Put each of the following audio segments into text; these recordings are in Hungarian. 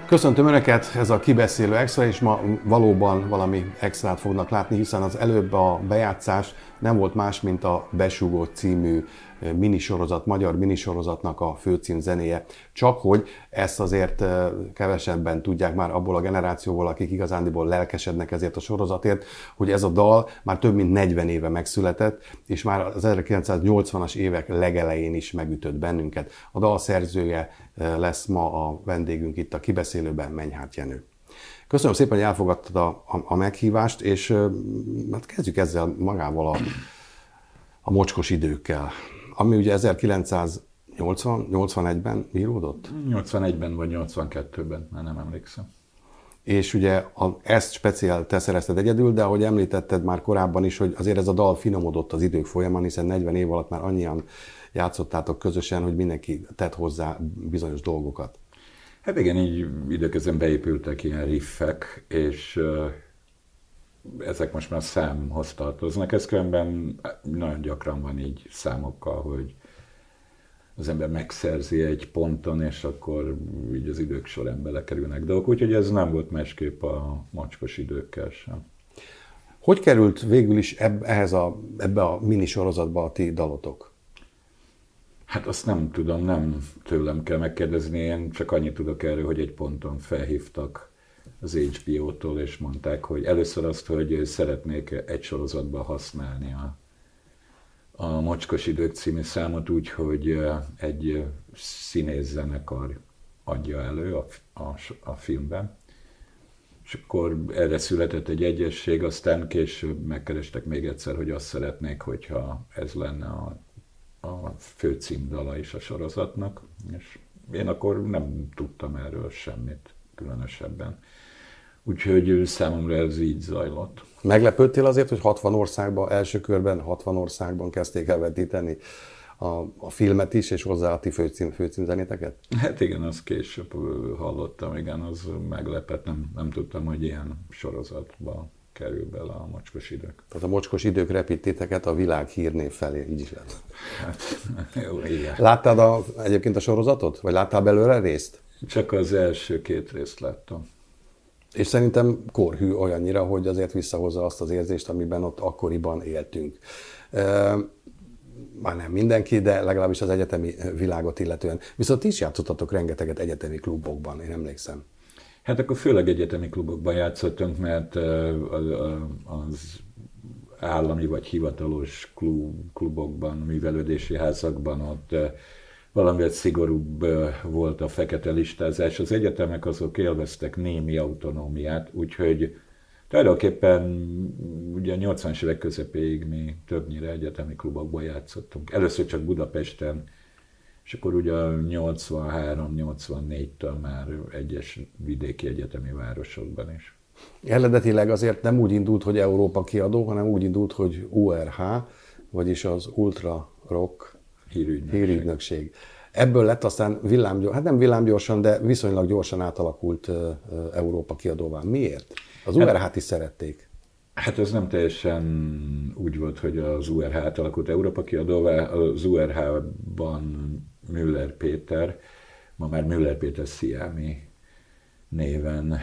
Köszöntöm Önöket, ez a Kibeszélő Extra, és ma valóban valami extrát fognak látni, hiszen az előbb a bejátszás nem volt más, mint a Besúgó című minisorozat, magyar minisorozatnak a főcím zenéje. Csak hogy ezt azért kevesebben tudják már abból a generációból, akik igazándiból lelkesednek ezért a sorozatért, hogy ez a dal már több mint 40 éve megszületett, és már az 1980-as évek legelején is megütött bennünket. A dal szerzője lesz ma a vendégünk itt a Kibeszélőben, Menyhárt Jenő. Köszönöm szépen, hogy elfogadtad a meghívást, és hát kezdjük ezzel magával a mocskos időkkel, ami ugye 1981-ben íródott? 81-ben vagy 82-ben, már nem emlékszem. És ugye ezt speciál te szerezted egyedül, de ahogy említetted már korábban is, hogy azért ez a dal finomodott az idők folyamán, hiszen 40 év alatt már annyian játszottátok közösen, hogy mindenki tett hozzá bizonyos dolgokat. Hát igen, így időközben beépültek ilyen riffek, és ezek most már számhoz tartoznak. Ez különben nagyon gyakran van így számokkal, hogy az ember megszerzi egy ponton, és akkor így az idők során belekerülnek dolgok. Úgyhogy ez nem volt másképp a mocskos időkkel sem. Hogy került végül is ebbe a minisorozatba a ti dalotok? Hát azt nem tudom, nem tőlem kell megkérdezni, én csak annyit tudok erről, hogy egy ponton felhívtak az HBO-tól, és mondták, hogy először azt, hogy szeretnék egy sorozatban használni a Mocskos idők című számot úgy, hogy egy színészzenekar adja elő a filmben. És akkor erre született egy egyesség, aztán később megkerestek még egyszer, hogy azt szeretnék, hogyha ez lenne a fő címdala is a sorozatnak, és én akkor nem tudtam erről semmit különösebben. Úgyhogy számomra ez így zajlott. Meglepődtél azért, hogy 60 országban, első körben 60 országban kezdték el vetíteni a filmet is, és hozzá a ti főcímzenéteket? Hát igen, azt később hallottam, igen, az meglepett, nem tudtam, hogy ilyen sorozatba kerül bele a Mocskos idők. Tehát a Mocskos idők repítéteket a világ hírnév felé, így is lett. Hát, jó, igen. Láttad egyébként a sorozatot? Vagy láttál belőle részt? Csak az első 2 részt láttam. És szerintem korhű olyannyira, hogy azért visszahozza azt az érzést, amiben ott akkoriban éltünk. Már nem mindenki, de legalábbis az egyetemi világot illetően. Viszont ti is játszottatok rengeteget egyetemi klubokban, én emlékszem. Hát akkor főleg egyetemi klubokban játszottunk, mert az állami vagy hivatalos klubokban, művelődési házakban ott valamivel szigorúbb volt a fekete listázás. Az egyetemek azok élveztek némi autonómiát, úgyhogy tulajdonképpen ugye a 80-as évek közepéig mi többnyire egyetemi klubokban játszottunk. Először csak Budapesten, és akkor ugye 83-84-től már egyes vidéki egyetemi városokban is. Eredetileg azért nem úgy indult, hogy Európa kiadó, hanem úgy indult, hogy URH, vagyis az Ultra Rock hírügynökség. Ebből lett aztán nem villámgyorsan, de viszonylag gyorsan átalakult Európa kiadóvá. Miért? Az URH-t is szerették. Hát ez nem teljesen úgy volt, hogy az URH átalakult Európa kiadóvá. Az URH-ban Müller Péter, ma már Müller Péter Sziámi néven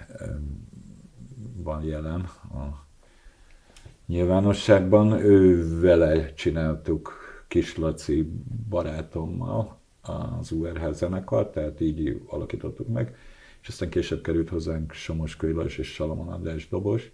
van jelen a nyilvánosságban. Vele csináltuk Kis Laci barátommal az URH zenekart, tehát így alakítottuk meg, és aztán később került hozzánk Somos Kőlajos és Salamon András dobos.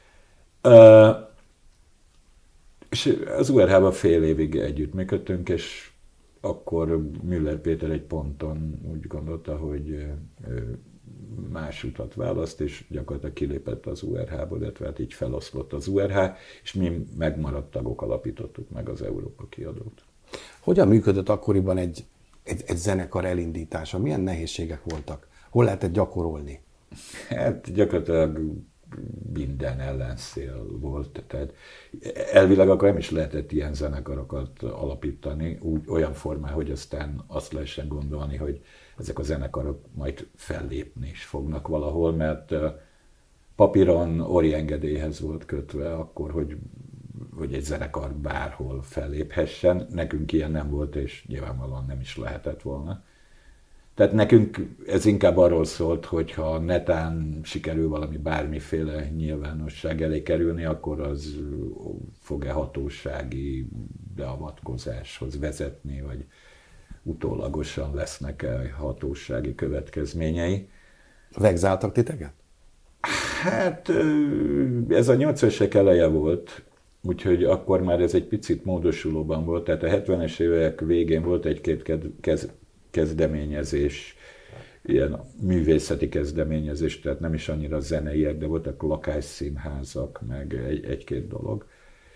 És az URH-ban fél évig együttműködtünk, és akkor Müller Péter egy ponton úgy gondolta, hogy más utat választ, és gyakorlatilag kilépett az URH-ból, illetve hát így feloszlott az URH, és mi megmaradt tagok alapítottuk meg az Európa kiadót. Hogyan működött akkoriban egy zenekar elindítása? Milyen nehézségek voltak? Hol lehetett gyakorolni? Hát gyakorlatilag minden ellenszél volt. Tehát elvileg akkor nem is lehetett ilyen zenekarokat alapítani, olyan formán, hogy aztán azt lehessen gondolni, hogy ezek a zenekarok majd fellépni is fognak valahol, mert papíron Ori engedélyhez volt kötve akkor, hogy egy zenekar bárhol felléphessen. Nekünk ilyen nem volt, és nyilvánvalóan nem is lehetett volna. Tehát nekünk ez inkább arról szólt, hogy ha netán sikerül valami bármiféle nyilvánosság elé kerülni, akkor az fog-e hatósági beavatkozáshoz vezetni, vagy utólagosan lesznek-e hatósági következményei. Vegzáltak titeket? Hát ez a 80-es eleje volt, úgyhogy akkor már ez egy picit módosulóban volt, tehát a 70-es évek végén volt egy-két kezdeményezés, ilyen művészeti kezdeményezés, tehát nem is annyira zeneiek, de voltak lakásszínházak, meg egy-két dolog.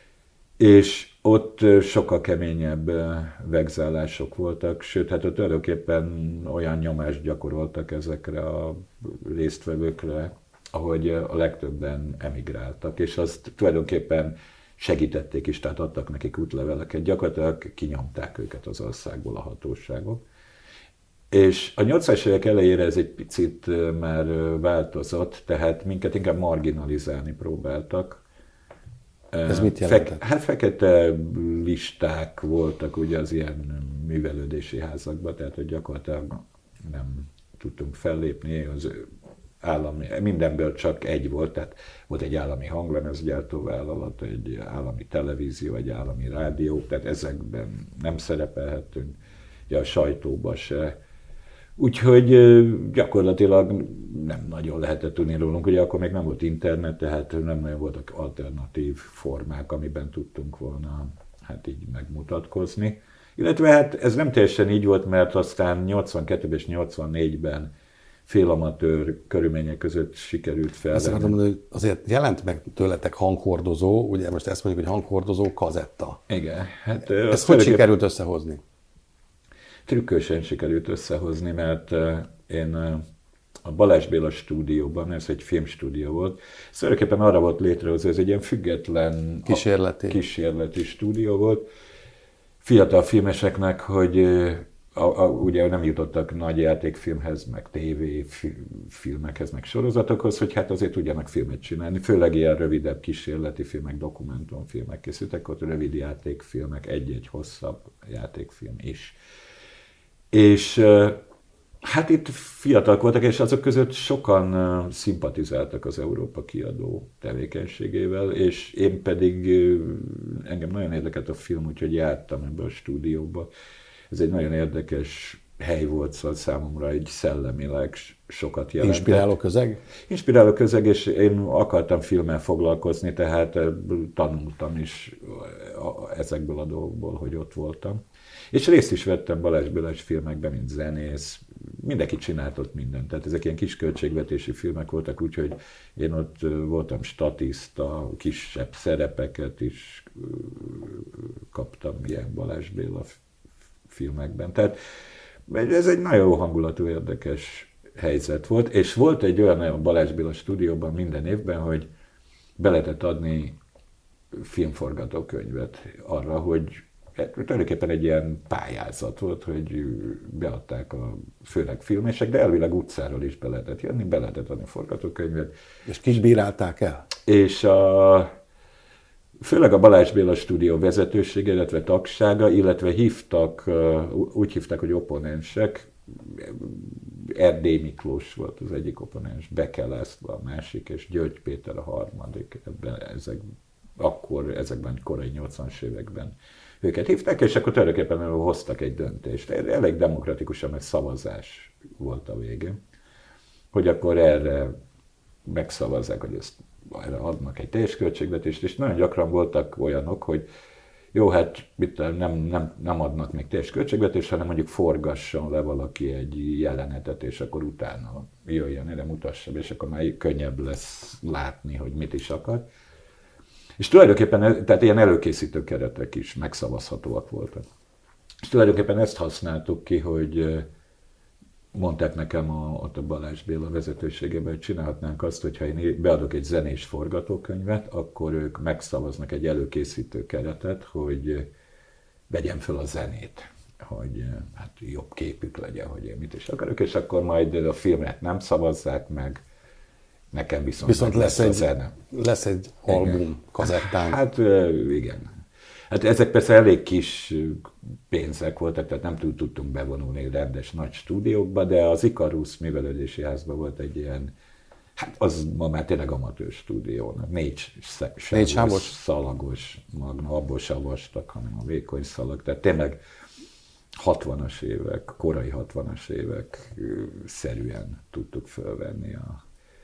És ott sokkal keményebb vegzálások voltak, sőt, hát ott tulajdonképpen olyan nyomást gyakoroltak ezekre a résztvevőkre, ahogy a legtöbben emigráltak, és azt tulajdonképpen segítették is, tehát adtak nekik útleveleket, gyakorlatilag kinyomták őket az országból a hatóságok. És a 80-as évek elejére ez egy picit már változott, tehát minket inkább marginalizálni próbáltak. Ez mit jelentett? Hát fekete listák voltak ugye az ilyen művelődési házakban, tehát hogy gyakorlatilag nem tudtunk fellépni, az állami, mindenből csak egy volt, tehát volt egy állami hanglemezgyártóvállalat, egy állami televízió, egy állami rádió, tehát ezekben nem szerepelhettünk, ugye a sajtóban se. Úgyhogy gyakorlatilag nem nagyon lehetett tudni rólunk, ugye akkor még nem volt internet, tehát nem nagyon voltak alternatív formák, amiben tudtunk volna hát így megmutatkozni. Illetve hát ez nem teljesen így volt, mert aztán 82-ben és 84-ben félamatőr körülmények között sikerült felvenni. Ezt akartam mondani, hogy azért jelent meg tőletek hanghordozó, ugye most ezt mondjuk, hogy hanghordozó kazetta. Igen. Hát ezt hogy sikerült összehozni? Trükkösen sikerült összehozni, mert én a Balázs Béla stúdióban, ez egy filmstúdió volt, tulajdonképpen arra volt létrehozva, ez egy ilyen független kísérleti stúdió volt, fiatal filmeseknek, hogy ugye nem jutottak nagy játékfilmhez, meg tévéfilmekhez, meg sorozatokhoz, hogy hát azért tudjanak filmet csinálni, főleg ilyen rövidebb kísérleti filmek, dokumentumfilmek készültek, ott rövid játékfilmek, egy-egy hosszabb játékfilm is. És hát itt fiatalok voltak, és azok között sokan szimpatizáltak az Európa Kiadó tevékenységével, és én pedig, engem nagyon érdekelt a film, úgyhogy jártam ebbe a stúdióba. Ez egy nagyon érdekes hely volt, szóval számomra egy szellemileg sokat jelentett. Inspiráló közeg? Inspiráló közeg, és én akartam filmmel foglalkozni, tehát tanultam is ezekből a dolgokból, hogy ott voltam. És részt is vettem Balázs Bélás filmekben, mint zenész, mindenki csinált ott mindent. Tehát ezek ilyen kis költségvetési filmek voltak, úgyhogy én ott voltam statiszta, kisebb szerepeket is kaptam ilyen Balázs Béla filmekben. Tehát ez egy nagyon jó hangulatú, érdekes helyzet volt, és volt egy olyan a Balázs Béla stúdióban minden évben, hogy be lehetett adni filmforgatókönyvet arra, hogy tulajdonképpen egy ilyen pályázat volt, hogy beadták főleg filmesek, de elvileg utcáról is be lehetett jönni, be lehetett adni forgatókönyvet. És kik bírálták el? És főleg a Balázs Béla stúdió vezetősége, illetve tagsága, illetve úgy hívták, hogy opponensek. Erdély Miklós volt az egyik opponens, Beke László a másik, és György Péter a harmadik. Ezekben korai 80-as években őket hívták, és akkor tulajdonképpen hoztak egy döntést. Elég demokratikusan, mert szavazás volt a vége, hogy akkor erre megszavazzák, hogy ezt erre adnak egy teljes költségvetést, és nagyon gyakran voltak olyanok, hogy jó, hát nem adnak még teljes költségvetést, hanem mondjuk forgasson le valaki egy jelenetet, és akkor utána jöjjön ide, mutassa be, és akkor már könnyebb lesz látni, hogy mit is akar. És tulajdonképpen tehát ilyen előkészítő keretek is megszavazhatóak voltak. És tulajdonképpen ezt használtuk ki, hogy mondták nekem ott a Balázs Béla vezetőségében, hogy csinálhatnánk azt, hogyha én beadok egy zenés forgatókönyvet, akkor ők megszavaznak egy előkészítő keretet, hogy vegyem fel a zenét, hogy hát jobb képük legyen, hogy én mit is akarok, és akkor majd a filmet nem szavazzák meg, nekem viszont lesz a zene. Lesz egy album kazettán. Hát igen. Hát ezek persze elég kis pénzek voltak, tehát nem tudtunk bevonulni rendes nagy stúdiókba, de az Ikarus művelődési házban volt egy ilyen, hát az ma már tényleg amatőr stúdiónak, négy sávos, szalagos magna, abból se vastak, hanem a vékony szalag, tehát tényleg 60-as évek, korai 60-as évek szerűen tudtuk fölvenni a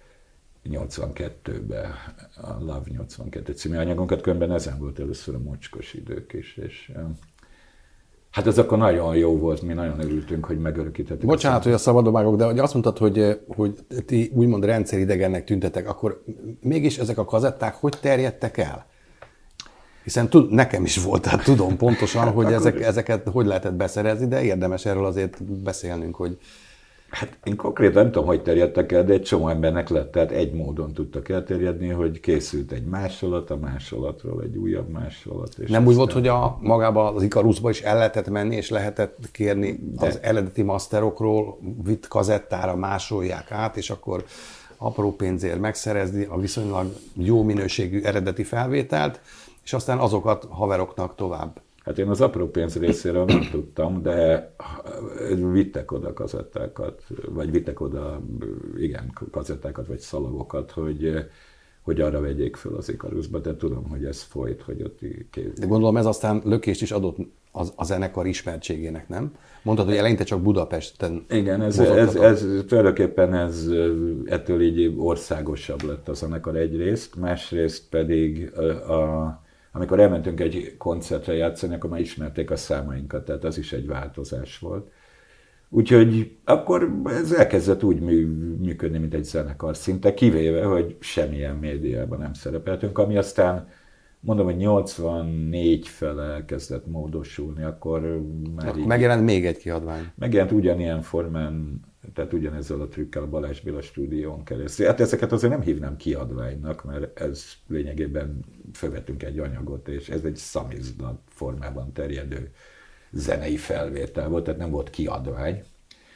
82-be a Love 82 című anyagunkat, különben ezen volt először a Mocskos idők is, és hát ez akkor nagyon jó volt, mi nagyon örültünk, hogy megörökítettük. Bocsánat, hogy a szabadobágok, de azt mondtad, hogy ti úgymond rendszeridegennek tüntetek, akkor mégis ezek a kazetták hogy terjedtek el? Hiszen nekem is volt, tehát tudom pontosan, hogy ezeket hogy lehetett beszerezni, de érdemes erről azért beszélnünk, hogy... Hát én konkrétan nem tudom, hogy terjedtek el, de egy csomó embernek lett, tehát egy módon tudtak elterjedni, hogy készült egy másolat, a másolatról egy újabb másolat. És nem úgy volt, hogy magában az Ikarusba is el lehetett menni, és lehetett kérni az eredeti masterokról, vitt kazettára másolják át, és akkor apró pénzért megszerezni a viszonylag jó minőségű eredeti felvételt, és aztán azokat haveroknak tovább. Hát én az apró pénz részéről nem tudtam, de vittek oda kazettákat, vagy vittek oda, igen, kazettákat, vagy szalagokat, hogy arra vegyék föl az Ikarusba, de tudom, hogy ez folyt, hogy ott De gondolom ez aztán lökést is adott a zenekar ismertségének, nem? Mondtad, hogy eleinte csak Budapesten. Igen, ez tulajdonképpen ettől így országosabb lett a zenekar egyrészt, másrészt pedig amikor elmentünk egy koncertre játszani, akkor már ismerték a számainkat, tehát az is egy változás volt. Úgyhogy akkor ez elkezdett úgy működni, mint egy zenekar szinte, kivéve, hogy semmilyen médiában nem szerepeltünk, ami aztán mondom, hogy 84 fele elkezdett módosulni, akkor már így... Megjelent még egy kiadvány. Megjelent ugyanilyen formán, tehát ugyanezzel a trükkel a Balázs Béla stúdión keresztül. Hát ezeket azért nem hívnám kiadványnak, mert ez lényegében felvettünk egy anyagot, és ez egy szamizdat formában terjedő zenei felvétel volt, tehát nem volt kiadvány.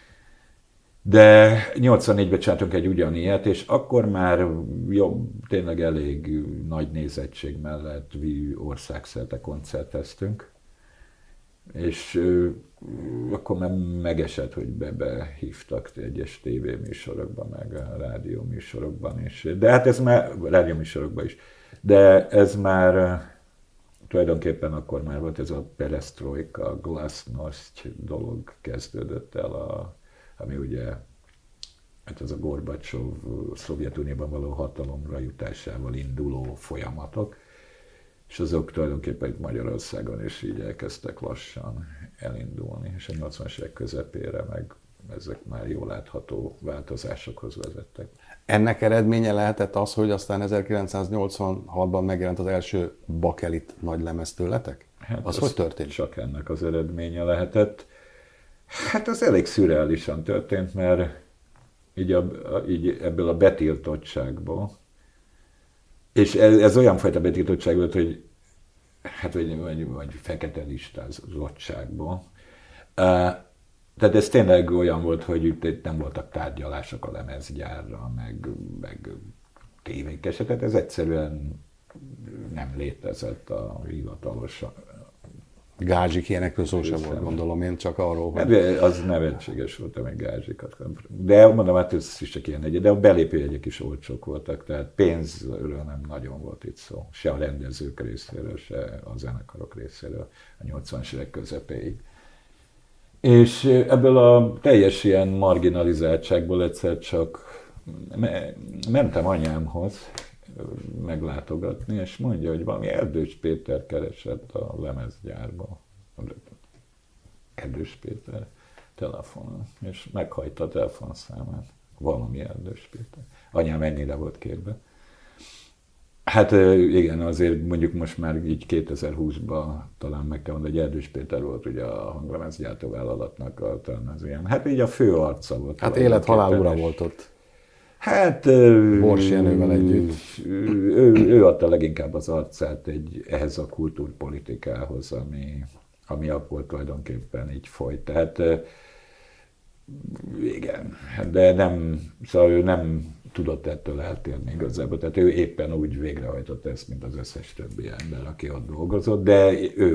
De 84-ben csináltunk egy ugyanilyet, és akkor már jobb, tényleg elég nagy nézettség mellett országszerte koncerteztünk. És akkor már megesett, hogy behívtak egyes tévéműsorokban, meg a rádióműsorokban is. De hát ez már, rádióműsorokban is. De ez már tulajdonképpen akkor már volt ez a perestroika, glasnost dolog kezdődött el, ami ugye, hát ez a Gorbacsov Szovjetunióban való hatalomra jutásával induló folyamatok, és azok tulajdonképpen itt Magyarországon is így elkezdtek lassan elindulni, és a 80-as évek közepére meg ezek már jól látható változásokhoz vezettek. Ennek eredménye lehetett az, hogy aztán 1986-ban megjelent az első Bakelit nagylemez tőletek? Hát az hogy történt? Csak ennek az eredménye lehetett. Hát az elég szürreálisan történt, mert így ebből a betiltottságból, és ez olyan fajta betiltottság volt, hogy hát vagy fekete listázottságból. Tehát ez tényleg olyan volt, hogy itt nem voltak tárgyalások a lemezgyárra, meg tévék, tehát ez egyszerűen nem létezett a hivatalos... Gázsik ilyenekről szó sem volt, gondolom én, csak arról, hogy... Hát az nevetséges volt, amely gázsikat. De mondom, hát ez is csak ilyen egy, de a belépőjegyek is olcsók voltak, tehát pénzről nem nagyon volt itt szó. Se a rendezők részéről, se a zenekarok részéről a 80-as évek közepéig. És ebből a teljes ilyen marginalizáltságból egyszer csak mentem anyámhoz meglátogatni, és mondja, hogy valami Erdős Péter keresett a lemezgyárba. Erdős Péter telefonon, és meghajta a telefonszámát. Valami Erdős Péter. Anyám ennyire volt képbe. Hát igen, azért mondjuk most már így 2020-ban talán meg kell mondani, hogy Erdős Péter volt ugye a hanglemezgyártó vállalatnak talán az ilyen. Hát így a fő arca volt. Hát élet-halál ura volt ott. Hát Bors Jenővel együtt. Ő adta leginkább az arcát ehhez a kultúrpolitikához, ami akkor tulajdonképpen így folyt. Tehát igen, de nem, szóval ő nem tudott ettől eltérni igazából. Tehát ő éppen úgy végrehajtotta ezt, mint az összes többi ember, aki ott dolgozott, de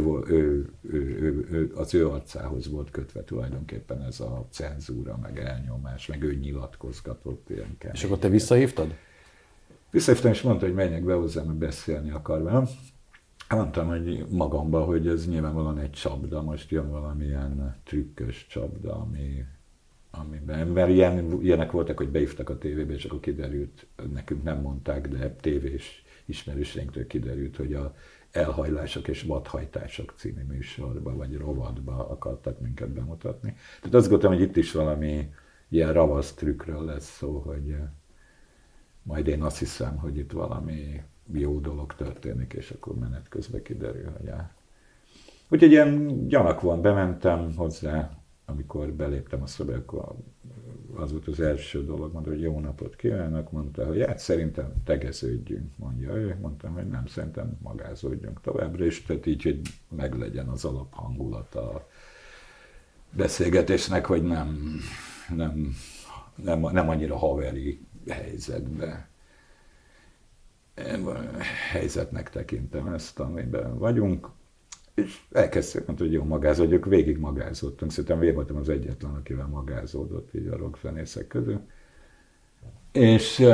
az ő arcához volt kötve tulajdonképpen ez a cenzúra, meg elnyomás, meg ő nyilatkozgatott ilyen kemény. És akkor te visszahívtad? Visszahívtam, és mondta, hogy menjek be hozzám, hogy beszélni akar velem. Mondtam, hogy magamba, hogy ez nyilvánvalóan egy csapda, most jön valamilyen trükkös csapda, amiben, mert ilyenek voltak, hogy beívtak a tévébe, és akkor kiderült, nekünk nem mondták, de tévés ismerőseinktől kiderült, hogy a Elhajlások és vadhajtások című műsorba, vagy rovatba akartak minket bemutatni. Tehát azt gondoltam, hogy itt is valami ilyen ravasz trükkről lesz szó, hogy majd én azt hiszem, hogy itt valami jó dolog történik, és akkor menet közben kiderül, hogy Úgyhogy ilyen gyanakvóan bementem hozzá, amikor beléptem a szobába, akkor az volt az első dolog, mondta, hogy jó napot kívánok, mondta, hogy hát szerintem tegeződjünk, mondja ő, mondtam, hogy nem, szerintem magázódjunk továbbra is, tehát így, hogy meglegyen az alaphangulata a beszélgetésnek, hogy nem annyira haveri helyzetnek tekintem ezt, amiben vagyunk. És elkezdtem, mondta, hogy jó, magázódjuk, végig magázódtunk. Szerintem én voltam az egyetlen, akivel magázódott így a rockzenészek közül. És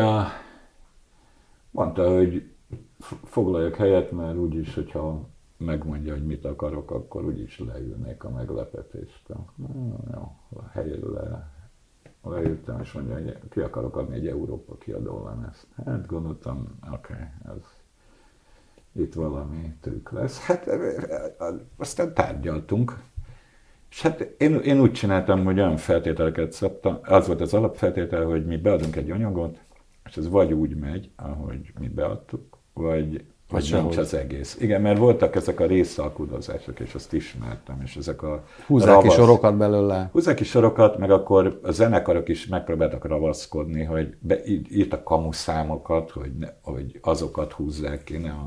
mondta, hogy foglaljak helyet, mert úgyis, hogyha megmondja, hogy mit akarok, akkor úgyis leülnék a meglepetéstől. Jó, helyről leültem, és mondja, hogy ki akarok adni egy Európa kiadó lemezt. Hát gondoltam, oké, ez itt valami trükk lesz. Hát aztán tárgyaltunk. És hát én úgy csináltam, hogy olyan feltételeket szabtam, az volt az alapfeltétel, hogy mi beadunk egy anyagot, és ez vagy úgy megy, ahogy mi beadtuk, vagy nincs az egész. Igen, mert voltak ezek a részalkudozások, és azt ismertem, és ezek a húzzák ki sorokat belőle. Húzzák ki sorokat, meg akkor a zenekarok is megpróbáltak ravaszkodni, hogy írtak kamuszámokat, hogy azokat húzzák ki, ne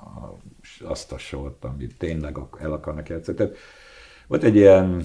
azt a sort, amit tényleg el akarnak játszani. Tehát volt egy ilyen,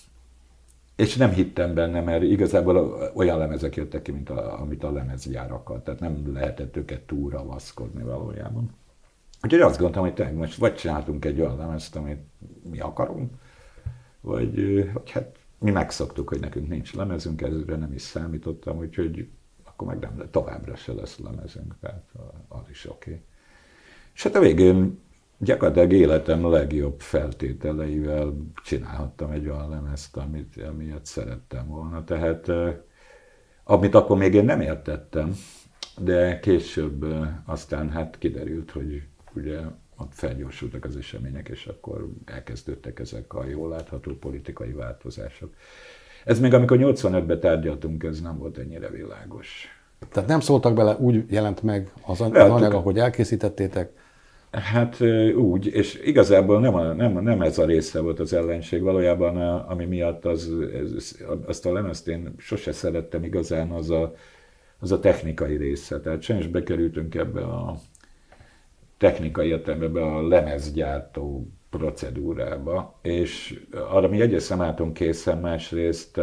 és nem hittem benne, mert igazából olyan lemezek jöttek ki, mint amit a lemezgyárakat, tehát nem lehetett őket túl ravaszkodni valójában. Úgyhogy azt gondoltam, hogy tényleg most vagy csináltunk egy olyan lemezt, amit mi akarunk, vagy hát mi megszoktuk, hogy nekünk nincs lemezünk, ezre nem is számítottam, úgyhogy akkor meg nem, továbbra se lesz lemezünk, tehát az is oké. És hát a végén gyakorlatilag életem legjobb feltételeivel csinálhattam egy olyan lemezt, amilyet szerettem volna. Tehát amit akkor még én nem értettem, de később aztán hát kiderült, hogy ugye ott felgyorsultak az események, és akkor elkezdődtek ezek a jól látható politikai változások. Ez még amikor 85-ben tárgyaltunk, ez nem volt ennyire világos. Tehát nem szóltak bele, úgy jelent meg az anyag, ahogy elkészítettétek? Hát úgy, és igazából nem ez a része volt az ellenség, valójában ami miatt azt a lemezt én sose szerettem igazán, az a technikai része. Tehát sajnos bekerültünk ebbe a technikai értelembe, a lemezgyártó procedúrába, és arra mi egyrészt nem álltunk készen, másrészt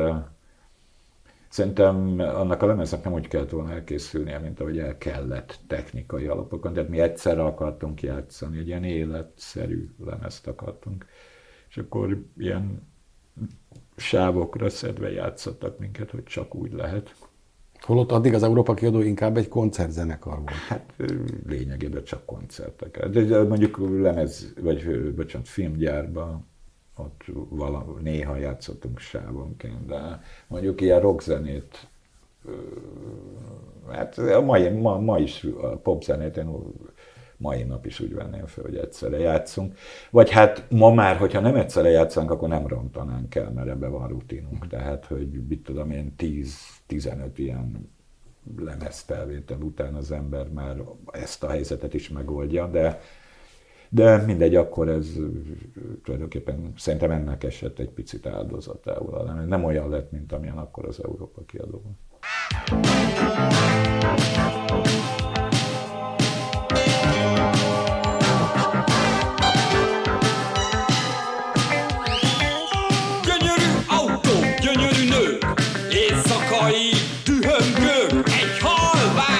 szerintem annak a lemeznek nem úgy kellett volna elkészülnie, mint ahogy el kellett technikai alapokon. Tehát mi egyszerre akartunk játszani, egy ilyen életszerű lemezt akartunk. És akkor ilyen sávokra szedve játszottak minket, hogy csak úgy lehet. Holott addig az Európa kiadó inkább egy koncertzenekar volt. Hát lényegében csak koncertek. De mondjuk filmgyárban ott néha játszottunk sávonként, de mondjuk ilyen rockzenét, hát ma is a popzenét én mai nap is úgy venném fel, hogy egyszerre játszunk. Vagy hát ma már, hogyha nem egyszerre játszunk, akkor nem rontanánk el, mert ebben van rutinunk. Tehát, hogy mit tudom én, 10-15 ilyen lemezfelvétel után az ember már ezt a helyzetet is megoldja, de mindegy, akkor ez tulajdonképpen szerintem ennek esett egy picit áldozatául. Nem olyan lett, mint amilyen akkor az Európa kiadó. Gyönyörű autó, gyönyörű nők, éjszakai dühöngők, egy halvány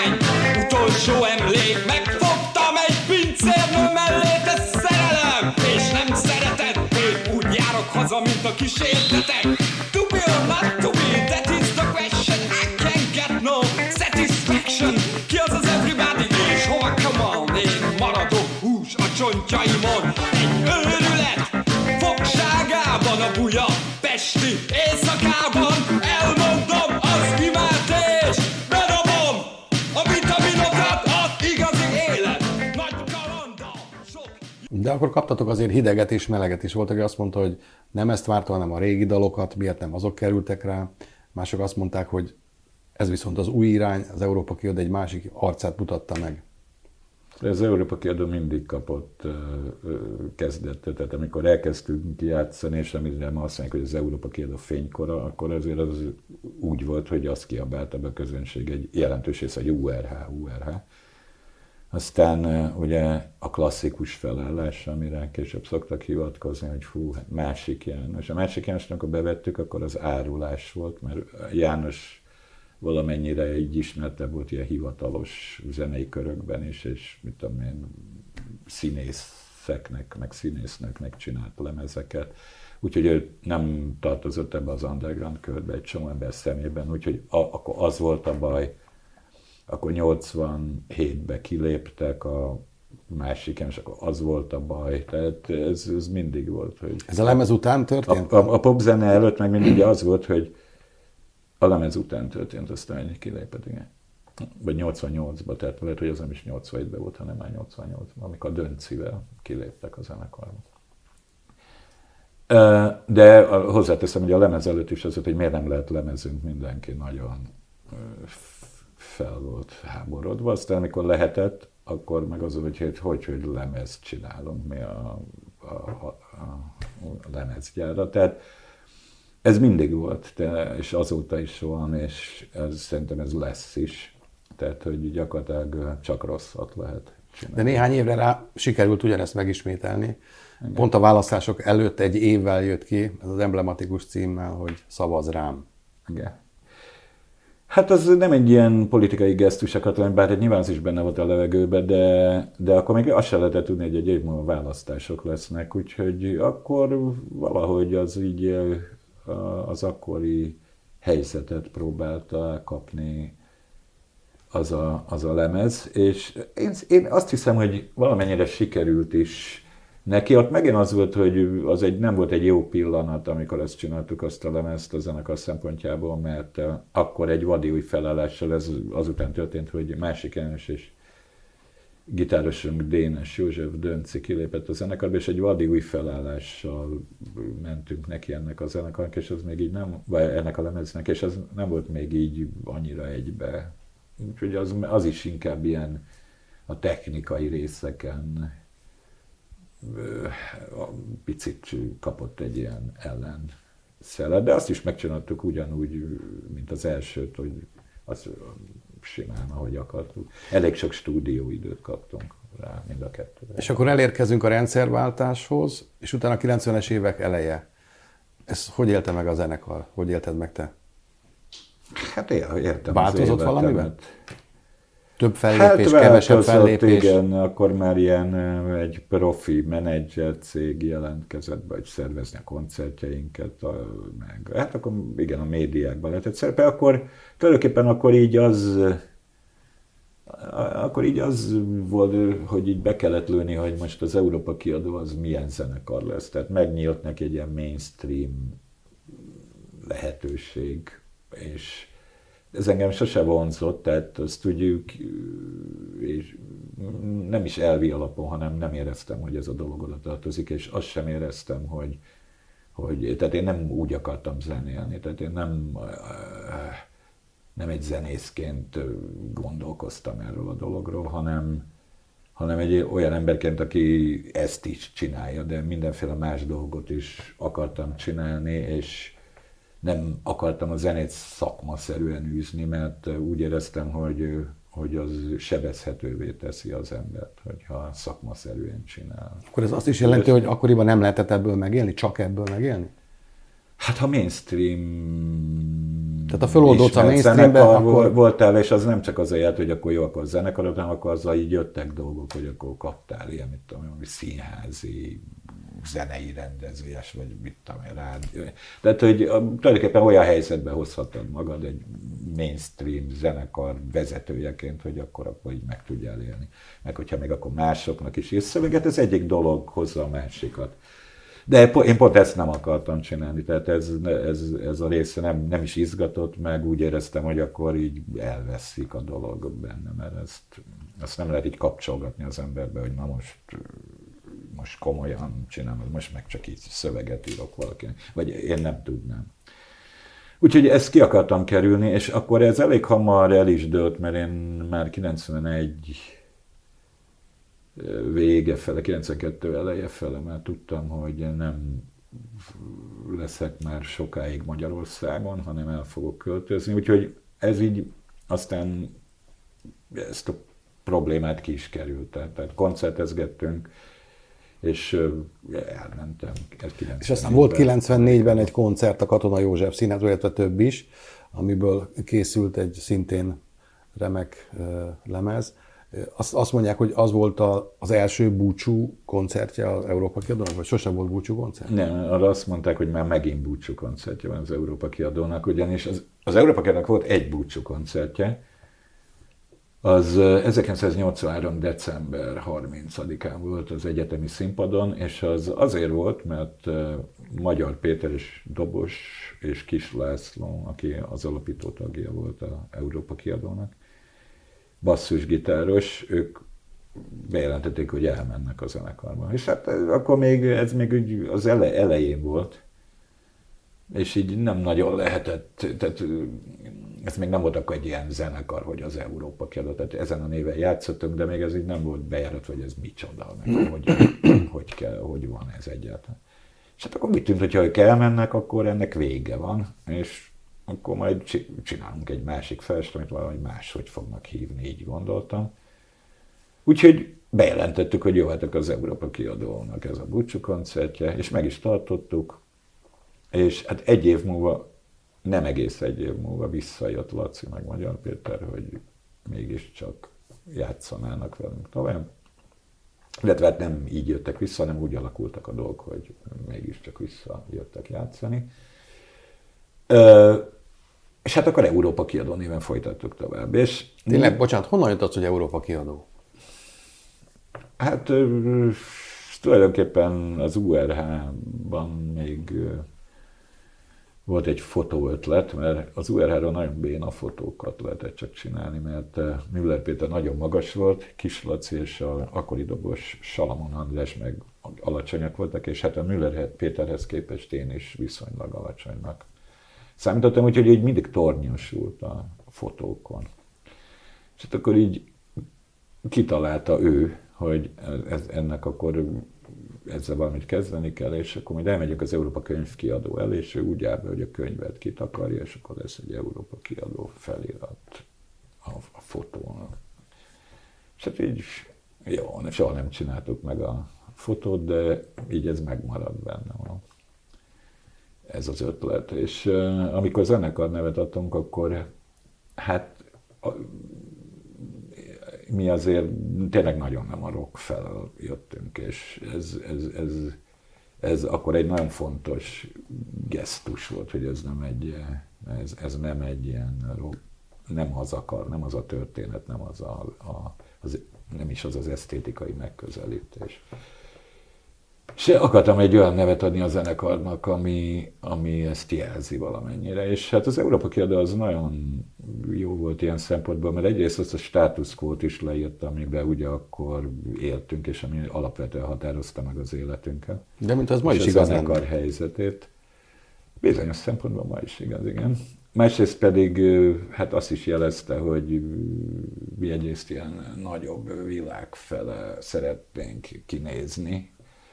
Megfogtam egy pincérnő mellé, te szerelem, és nem szereted, még úgy járok haza, mint a kísértetek. To be or not to be, that is the question. I can't get no satisfaction. Ki az az everybody, és hova come on? Én maradok hús a csontjaimon. Egy őrület fogságában a buja pesti éjszakában. Elmondom az imádés, bedobom a vitaminokat, az igazi élet. Nagy kalanda, sok... De akkor kaptatok azért hideget és meleget is. Volt, aki azt mondta, hogy nem ezt várta, hanem a régi dalokat, miért nem azok kerültek rá. Mások azt mondták, hogy ez viszont az új irány, az Európa Kiadó egy másik arcát mutatta meg. Az Európa Kiadó mindig kapott kezdetet, tehát amikor elkezdtünk játszani, és amire ma azt mondják, hogy az Európa Kiadó fénykora, akkor azért az úgy volt, hogy azt kiabálta be a közönség egy jelentős része, hogy URH. Aztán ugye a klasszikus felállás, amire később szoktak hivatkozni, hogy fú, hát másik János. A másik Jánost, amikor bevettük, akkor az árulás volt, mert János valamennyire egy ismertebb volt ilyen hivatalos zenei körökben is, és mit tudom én, színészeknek, meg színésznőknek csinált lemezeket. Úgyhogy ő nem tartozott ebbe az underground körbe egy csomó ember szemében, úgyhogy akkor az volt a baj. Akkor 87-ben kiléptek a másiken, és akkor az volt a baj. Tehát ez mindig volt, hogy... Ez a lemez után történt? A popzene előtt meg mindig az volt, hogy a lemez után történt, aztán egy kilépett, igen. Vagy 88-ban, tehát lehet, hogy az nem is 87-ben volt, hanem már 88-ban, amikor a Döncivel kiléptek a zenekarban. De hozzáteszem, hogy a lemez előtt is az volt, hogy miért nem lehet lemezünk, mindenki nagyon fel volt háborodva. Aztán amikor lehetett, akkor meg az, hogy lemezt csinálunk mi a lemezgyárra. Tehát ez mindig volt, és azóta is van, és szerintem ez lesz is. Tehát, hogy gyakorlatilag csak rosszat lehet csinálni. De néhány évre rá sikerült ugyanezt megismételni. Igen. Pont a választások előtt egy évvel jött ki, ez az emblematikus címmel, hogy Szavazz rám. Igen. Hát az nem egy ilyen politikai gesztusokat, bár nyilván az is benne volt a levegőben, de akkor még azt sem lehetett tudni, hogy egy év múlva választások lesznek, úgyhogy akkor valahogy az így az akkori helyzetet próbálta kapni az a lemez, és én azt hiszem, hogy valamennyire sikerült is neki. Ott megint az volt, hogy nem volt egy jó pillanat, amikor ezt csináltuk, azt a lemezt a zenekar szempontjából, mert akkor egy vadi új felállással, ez azután történt, hogy másik János és gitárosunk Dénes József Dönci kilépett a zenekarba, és egy vadi új felállással mentünk neki ennek a zenekarnak, és az még így nem, vagy ennek a lemeznek, és az nem volt még így annyira egybe. Úgyhogy az is inkább ilyen a technikai részeken picit kapott egy ilyen ellenszelet, de azt is megcsináltuk ugyanúgy, mint az elsőt, hogy az simán, ahogy akartuk. Elég sok stúdióidőt kaptunk rá mind a kettőre. És akkor elérkezünk a rendszerváltáshoz, és utána a 90-es évek eleje. Ezt hogy élte meg a zenekar? Hogy élted meg te? Hát értem. Változott valamiben? Több fellépés, kevesebb fellépés? Igen, akkor már ilyen egy profi menedzser cég jelentkezett be, hogy szervezni a koncertjeinket, meg hát akkor igen, a médiákban lehetett szerepel, akkor tulajdonképpen akkor így az volt, hogy így be kellett lőni, hogy most az Európa Kiadó az milyen zenekar lesz. Tehát megnyílt neki egy ilyen mainstream lehetőség, és ez engem sose vonzott, tehát azt tudjuk, és nem is elvi alapon, hanem nem éreztem, hogy ez a dolog oda tartozik, és azt sem éreztem, hogy tehát én nem úgy akartam zenélni, tehát én nem egy zenészként gondolkoztam erről a dologról, hanem egy olyan emberként, aki ezt is csinálja, de mindenféle más dolgot is akartam csinálni, és nem akartam a zenét szakmaszerűen űzni, mert úgy éreztem, hogy az sebezhetővé teszi az embert, hogyha szakmaszerűen csinál. Akkor ez azt is jelenti, hogy akkoriban nem lehetett ebből megélni? Csak ebből megélni? Hát ha mainstream Tehát a föloldódsz a mainstreambe, akkor voltál, és az nem csak azért, hogy akkor jó, akkor zenekarod, hanem akkor azzal így jöttek dolgok, hogy akkor kaptál ilyen, mit tudom, ami színházi, zenei rendezés, vagy mit tudom, rádió. Tehát, hogy tulajdonképpen olyan helyzetbe hozhatod magad egy mainstream zenekar vezetőjeként, hogy akkor így meg tudjál élni. Meg hogyha még akkor másoknak is írsz szöveget, ez egyik dolog hozza a másikat. De én pont ezt nem akartam csinálni, tehát ez a része nem is izgatott meg, úgy éreztem, hogy akkor így elveszik a dolog benne, mert azt nem lehet így kapcsolgatni az emberbe, hogy na most komolyan csinálom, most meg csak így szöveget írok valakinek, vagy én nem tudnám. Úgyhogy ezt ki akartam kerülni, és akkor ez elég hamar el is dőlt, mert én már 91 vége fele, 92 eleje fele már tudtam, hogy nem leszek már sokáig Magyarországon, hanem el fogok költözni. Úgyhogy ez így aztán ezt a problémát ki is került. Tehát koncertezgettünk, és elmentem. És aztán volt 94-ben egy koncert a Katona József Színházban, illetve több is, amiből készült egy szintén remek lemez. Azt mondják, hogy az volt az első búcsú koncertje az Európa Kiadónak, vagy sosem volt búcsú koncert? Nem, arra azt mondták, hogy már megint búcsú koncertje van az Európa Kiadónak, ugyanis az Európa Kiadónak volt egy búcsú koncertje, az 1983. december 30-án volt az egyetemi színpadon, és az azért volt, mert Magyar Péter és dobos és Kis László, aki az alapító tagja volt az Európa Kiadónak, basszusgitáros, ők bejelentették, hogy elmennek a zenekarba. És hát akkor ez még az elején volt, és így nem nagyon lehetett, tehát ez még nem volt akkor egy ilyen zenekar, hogy az Európa Kiadó, tehát ezen a néven játszottunk, de még ez így nem volt bejárat, hogy ez micsoda, meg hogy van ez egyáltalán. És hát akkor mit tűnt, hogyha ők elmennek, akkor ennek vége van, és akkor majd csinálunk egy másik fest, amit valahogy máshogy fognak hívni, így gondoltam. Úgyhogy bejelentettük, hogy jöhetek az Európa Kiadónak ez a búcsú koncertje, és meg is tartottuk, és hát egy év múlva, nem egész egy év múlva visszajött Laci meg Magyar Péter, hogy mégiscsak játszanának velünk tovább. Illetve hát nem így jöttek vissza, hanem úgy alakultak a dolgok, hogy mégiscsak visszajöttek játszani. És hát akkor Európa Kiadó néven folytattuk tovább. És tényleg, bocsánat, honnan jött az, hogy Európa Kiadó? Hát tulajdonképpen az URH-ban még volt egy fotóötlet, mert az URH-ról nagyon béna fotókat lehetett csak csinálni, mert Müller Péter nagyon magas volt, Kis Laci és az akkori dobos Salamon András meg alacsonyak voltak, és hát a Müller Péterhez képest én is viszonylag alacsonynak számítottam, úgyhogy így mindig tornyosult a fotókon. És hát akkor így kitalálta ő, hogy ennek akkor ezzel valamit kezdeni kell, és akkor majd elmegyünk az Európa Könyvkiadó elé, és ő úgy áll be, hogy a könyvet kitakarja, és akkor lesz egy Európa Kiadó felirat a fotón. És hát így, jó, soha nem csináltuk meg a fotót, de így ez megmarad bennem. Ez az ötlet. És amikor zenekar nevet adtunk, akkor hát mi azért tényleg nagyon nem a rock felől jöttünk, és ez akkor egy nagyon fontos gesztus volt, hogy ez nem egy ilyen rock, nem az a történet, nem nem is az esztétikai megközelítés. És akartam egy olyan nevet adni a zenekarnak, ami ezt jelzi valamennyire. És hát az Európa Kiadó az nagyon jó volt ilyen szempontból, mert egyrészt azt a status quo-t is leírta, amiben ugye akkor éltünk, és ami alapvetően határozta meg az életünket. De mint az ma is igaz, a zenekar helyzetét. Bizonyos szempontból ma is igaz, igen. Másrészt pedig hát azt is jelezte, hogy mi egyrészt ilyen nagyobb világ fele szeretnénk kinézni.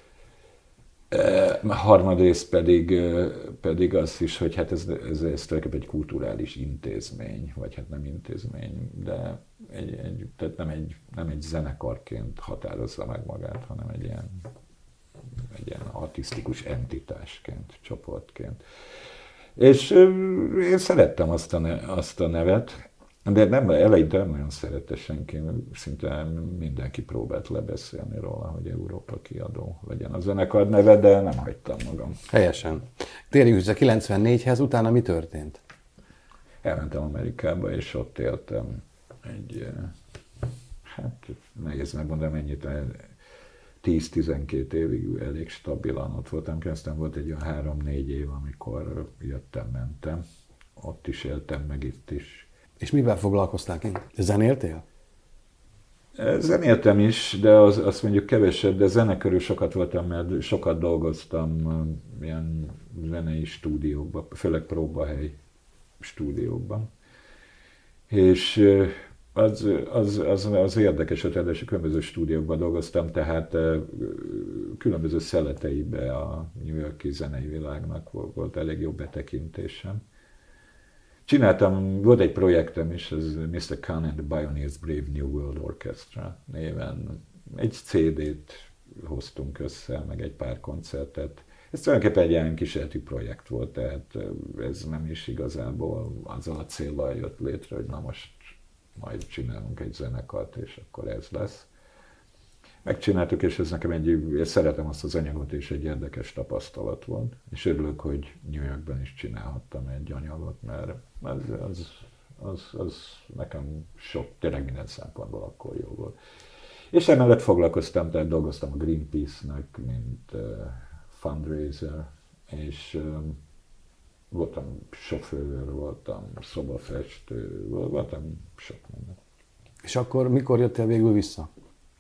Harmadrészt pedig az is, hogy hát ez tulajdonképpen egy kulturális intézmény, vagy hát nem intézmény, de tehát nem egy zenekarként határozza meg magát, hanem egy ilyen artisztikus entitásként, csoportként. És én szerettem azt a nevet, de eleinte nem nagyon szerette senki, szinte mindenki próbált lebeszélni róla, hogy Európa Kiadó legyen a zenekar neve, de nem hagytam magam. Helyesen. Térjünk vissza 94-hez, utána mi történt? Elmentem Amerikába, és ott éltem hát nehéz megmondani mennyit, 10-12 évig elég stabilan ott voltam, aztán volt egy olyan 3-4 év, amikor jöttem-mentem, ott is éltem, meg itt is. És mivel foglalkoztál kint? Zenéltél? Zenéltem is, de azt mondjuk kevesebb, de zene körül sokat voltam, mert sokat dolgoztam ilyen zenei stúdiókban, főleg próbahely stúdiókban. És az érdekes, hogy ráadásul különböző stúdiókban dolgoztam, tehát különböző szeleteibe a New York-i zenei világnak volt elég jó betekintésem. Volt egy projektem is, ez Mr. Khan and the Pioneers Brave New World Orchestra néven. Egy CD-t hoztunk össze, meg egy pár koncertet. Ez tulajdonképpen egy ilyen kísérleti projekt volt, tehát ez nem is igazából azzal a céllal jött létre, hogy na most majd csinálunk egy zenekart, és akkor ez lesz. Megcsináltuk, és ez nekem én szeretem azt az anyagot, és egy érdekes tapasztalat volt. És örülök, hogy New Yorkban is csinálhattam egy anyagot, mert az nekem tényleg minden szempontból akkor jó volt. És emellett foglalkoztam, tehát dolgoztam a Greenpeace-nek, mint fundraiser, és voltam sofőr, voltam szobafestő, voltam sok minden. És akkor mikor jöttél végül vissza?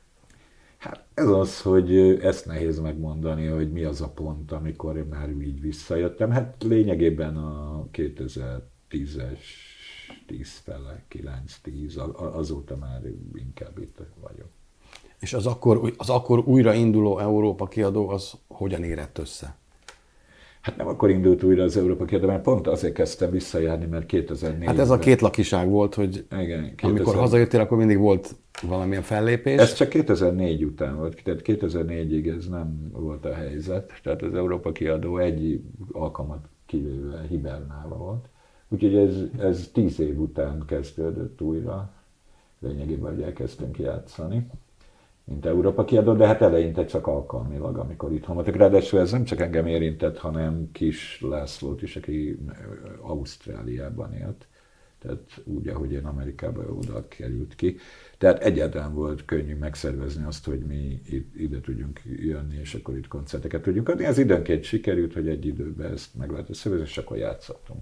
Hát ez az, hogy ezt nehéz megmondani, hogy mi az a pont, amikor én már így visszajöttem. Hát lényegében a 2010-es, 10 fele, 9-10, azóta már inkább itt vagyok. És az akkor újra induló Európa Kiadó, az hogyan érett össze? Hát nem akkor indult újra az Európa Kiadó, mert pont azért kezdtem visszajárni, mert 2004-ben... Hát ez a két lakiság volt, hogy igen, amikor hazajöttél, akkor mindig volt valamilyen fellépés. Ez csak 2004 után volt, tehát 2004-ig ez nem volt a helyzet, tehát az Európa Kiadó egy alkalmat kivéve hibernálva volt. Úgyhogy ez 10 év után kezdődött újra, lényegében, hogy elkezdtünk játszani, mint Európa Kiadó, de hát eleinte csak alkalmilag, amikor itthon voltak. Ráadásul ez nem csak engem érintett, hanem Kis Lászlót is, aki Ausztráliában élt. Tehát úgy, ahogy én Amerikában oda került ki. Tehát egyáltalán volt könnyű megszervezni azt, hogy mi ide tudjunk jönni, és akkor itt koncerteket tudjunk adni. Ez időnként sikerült, hogy egy időben ezt meg lehetett szervezni, és akkor játszottunk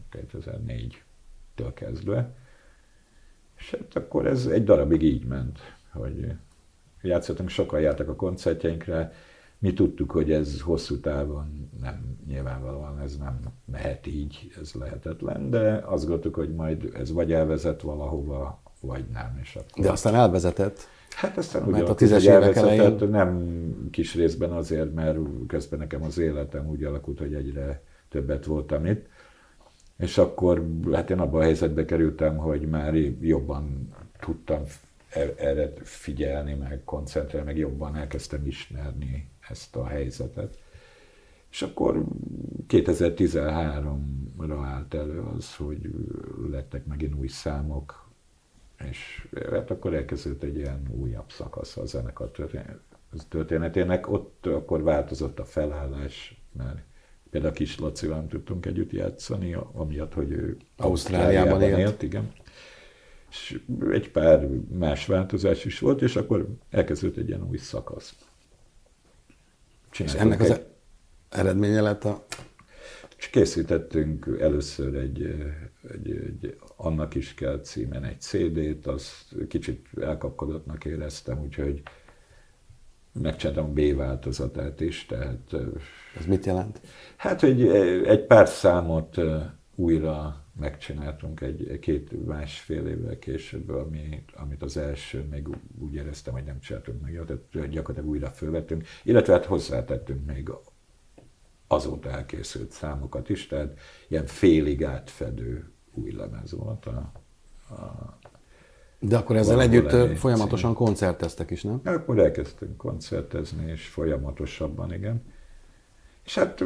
2004-től kezdve. És hát akkor ez egy darabig így ment, hogy játszottunk, sokan jártak a koncertjeinkre, mi tudtuk, hogy ez hosszú távon nem, nyilvánvalóan ez nem mehet így, ez lehetetlen, de azt gondoltuk, hogy majd ez vagy elvezet valahova, vagy nem. És akkor... De aztán elvezetett. Hát aztán mert úgy a 10-es évek elején... nem kis részben azért, mert közben nekem az életem úgy alakult, hogy egyre többet voltam itt. És akkor hát én abban a helyzetbe kerültem, hogy már jobban tudtam erre figyelni, meg koncentrálni, meg jobban elkezdtem ismerni ezt a helyzetet. És akkor 2013-ra állt elő az, hogy lettek megint új számok, és hát akkor elkezdődött egy ilyen újabb szakasz a zenekar történetének. Ott akkor változott a felállás, mert például Kis Lacival nem tudtunk együtt játszani, amiatt, hogy ő Ausztráliában élt. Igen. És egy pár más változás is volt, és akkor elkezdődött egy ilyen új szakasz. És ennek az eredménye lett a... Készítettünk először egy Annak is kell címen egy CD-t, azt kicsit elkapkodottnak éreztem, úgyhogy megcsináltam a B változatát is, tehát... Ez mit jelent? Hát, hogy egy pár számot újra megcsináltunk másfél évvel később, amit az első még úgy éreztem, hogy nem csináltunk meg, tehát gyakorlatilag újra fölvettünk, illetve hát hozzátettünk még azóta elkészült számokat is, tehát ilyen félig átfedő új lemez volt De akkor ezzel együtt folyamatosan koncerteztek is, nem? Akkor elkezdtünk koncertezni, és folyamatosabban, igen. És hát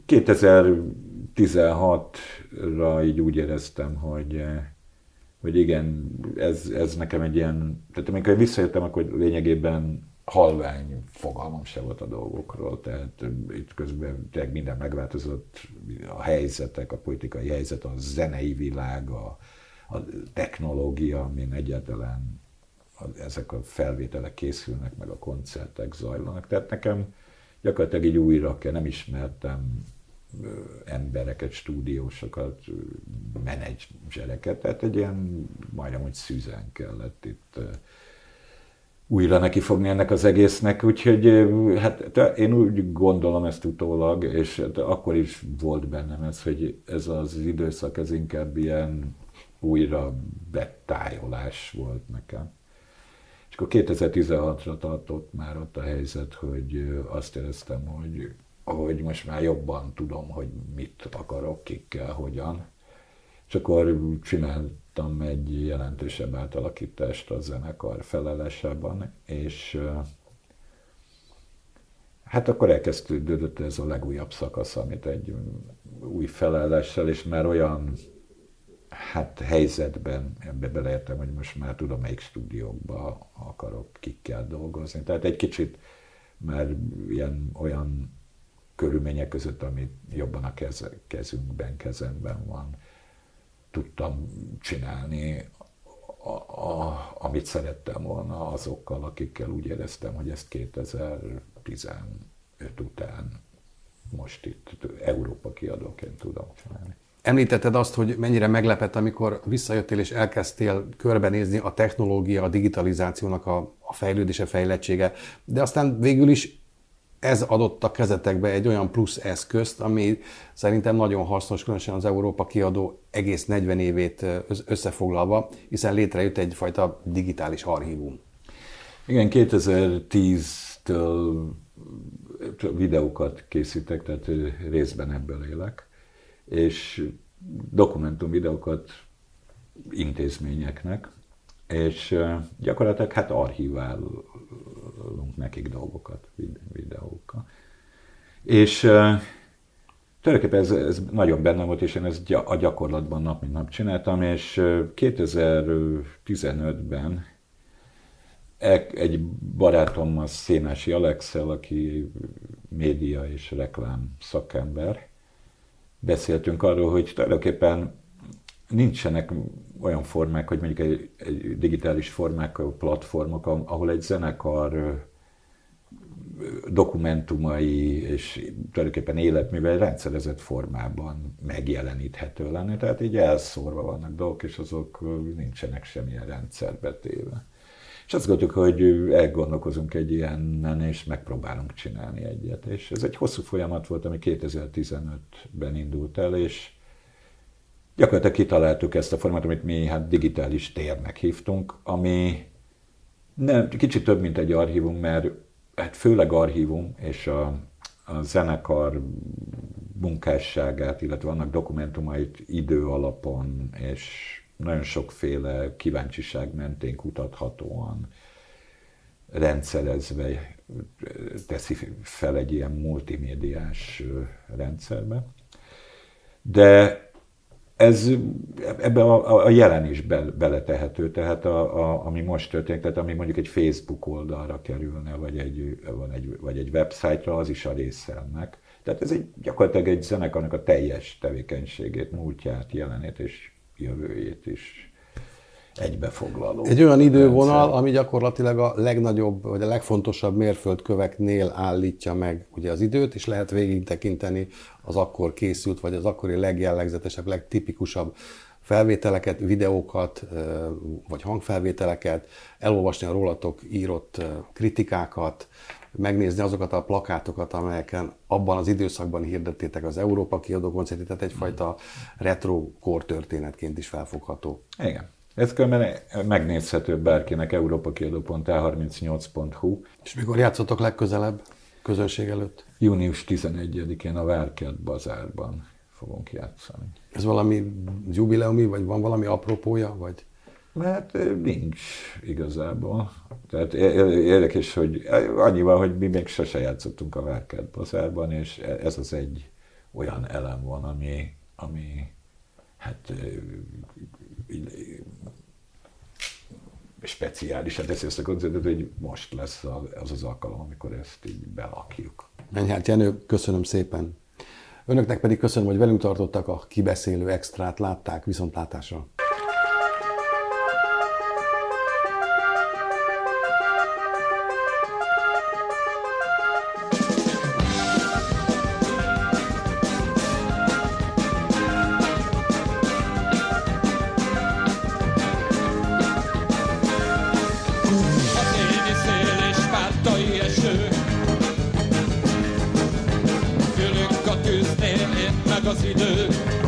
2016-ra így úgy éreztem, hogy igen, ez nekem egy ilyen, tehát amikor visszajöttem, akkor lényegében halvány fogalmam se volt a dolgokról, tehát itt közben minden megváltozott, a helyzetek, a politikai helyzet, a zenei világ, a technológia, amin egyáltalán ezek a felvételek készülnek, meg a koncertek zajlanak. Tehát nekem gyakorlatilag így újra kell, nem ismertem embereket, stúdiósokat, menedzsereket, tehát egy ilyen majdnem, hogy szűzen kellett itt újra nekifogni ennek az egésznek, úgyhogy hát én úgy gondolom ezt utólag, és akkor is volt bennem ez, hogy ez az időszak, ez inkább ilyen újra betájolás volt nekem. És akkor 2016-ra tartott már ott a helyzet, hogy azt éreztem, hogy most már jobban tudom, hogy mit akarok, kikkel, hogyan. És akkor csináltam egy jelentősebb átalakítást a zenekar felállásában, és hát akkor elkezdődött ez a legújabb szakasz, amit egy új felállással, és már olyan helyzetben, ebbe beleértem, hogy most már tudom, melyik stúdiókba akarok, kikkel dolgozni. Tehát egy kicsit már olyan körülmények között, ami jobban a kezemben van, tudtam csinálni, amit szerettem volna azokkal, akikkel úgy éreztem, hogy ezt 2015 után most itt Európa kiadóként tudom csinálni. Említetted azt, hogy mennyire meglepett, amikor visszajöttél és elkezdtél körbenézni a technológia, a digitalizációnak a fejlődése, fejlettsége, de aztán végül is ez adott a kezetekbe egy olyan plusz eszközt, ami szerintem nagyon hasznos, különösen az Európa kiadó egész 40 évét összefoglalva, hiszen létrejött egyfajta digitális archívum. Igen, 2010-től videókat készítek, tehát részben ebből élek, és dokumentumvideókat intézményeknek, és gyakorlatilag archiválunk nekik dolgokat, videókkal. És tulajdonképpen ez nagyon benne volt, és én ezt a gyakorlatban nap mint nap csináltam, és 2015-ben egy barátommal, Szénási Alexel, aki média és reklám szakember, beszéltünk arról, hogy tulajdonképpen nincsenek olyan formák, hogy mondjuk egy digitális formák, platformok, ahol egy zenekar dokumentumai és tulajdonképpen életművel rendszerezett formában megjeleníthető lenne. Tehát így elszórva vannak dolgok, és azok nincsenek semmilyen rendszerbe téve. És azt gondoljuk, hogy elgondolkozunk egy ilyenen, és megpróbálunk csinálni egyet. És ez egy hosszú folyamat volt, ami 2015-ben indult el, és gyakorlatilag kitaláltuk ezt a formát, amit mi digitális térnek hívtunk, ami nem, kicsit több, mint egy archívum, mert főleg archívum, és a zenekar munkásságát, illetve annak dokumentumait idő alapon, és nagyon sokféle kíváncsiság mentén kutathatóan, rendszerezve teszi fel egy ilyen multimédiás rendszerbe. De ez ebbe a jelen is beletehető, tehát ami most történik, tehát ami mondjuk egy Facebook oldalra kerülne, vagy egy website-ra, az is a része ennek. Tehát ez gyakorlatilag egy zenekarnak a teljes tevékenységét, múltját, jelenét és jövőjét is egybefoglaló. Egy olyan idővonal, rendszer, ami gyakorlatilag a legnagyobb, vagy a legfontosabb mérföldköveknél állítja meg ugye az időt, és lehet végig tekinteni az akkor készült, vagy az akkori legjellegzetesebb, legtipikusabb felvételeket, videókat, vagy hangfelvételeket, elolvasni a rólatok írott kritikákat, megnézni azokat a plakátokat, amelyeken abban az időszakban hirdettétek az Európa kiadó koncertet, tehát egyfajta retro kortörténetként is felfogható. Igen. Ez különben megnézhető bárkinek, europakiadó.e38.hu. És mikor játszotok legközelebb közönség előtt? Június 11-én a Várkert Bazárban fogunk játszani. Ez valami jubileumi, vagy van valami apropója? Vagy? Hát nincs igazából. Tehát érdekes, hogy annyival, hogy mi még sose játszottunk a Várkert Bazárban, és ez az egy olyan elem van, ami hát speciális. Hát ezt a koncertet, hogy most lesz az alkalom, amikor ezt így belakjuk. Hát Jenő, köszönöm szépen. Önöknek pedig köszönöm, hogy velünk tartottak, a Kibeszélő Extrát látták, viszontlátásra. Az idő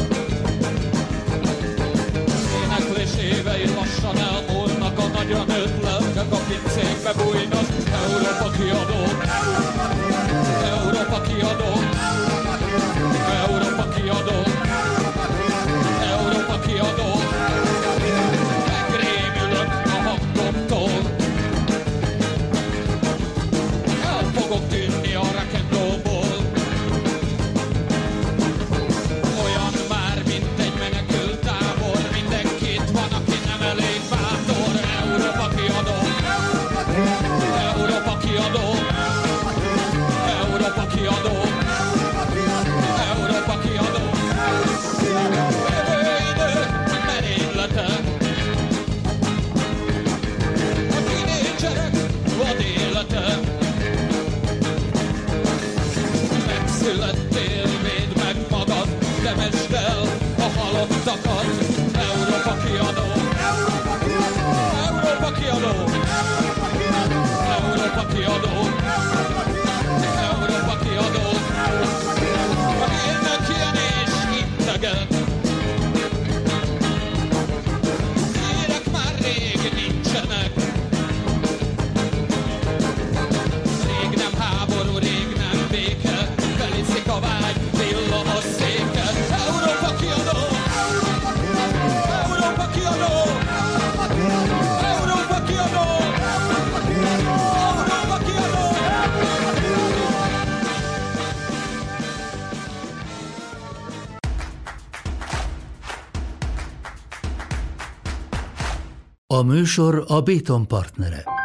éneklés évei lassan elmúlnak, a nagyon nőtt lelkek a pincékbe bújnak. Európa kiadó, Európa kiadó, Európa kiadó, Európa kiadó. Megrémülök a hangomtól, el fogok tűnni a rock'n'rollból. Megszülettél, védd meg magad, temesd el a halottakat. Európa kiadó, Európa kiadó, Európa kiadó, Európa kiadó. Élnek ilyen és integet, hírek már rég nincsenek. Rég nem háború, rég nem béke, feliszik a vágy, villan a széket. Európa kiadó, Európa kiadó, Európa kiadó, Európa kiadó. A műsor a Béton partnere.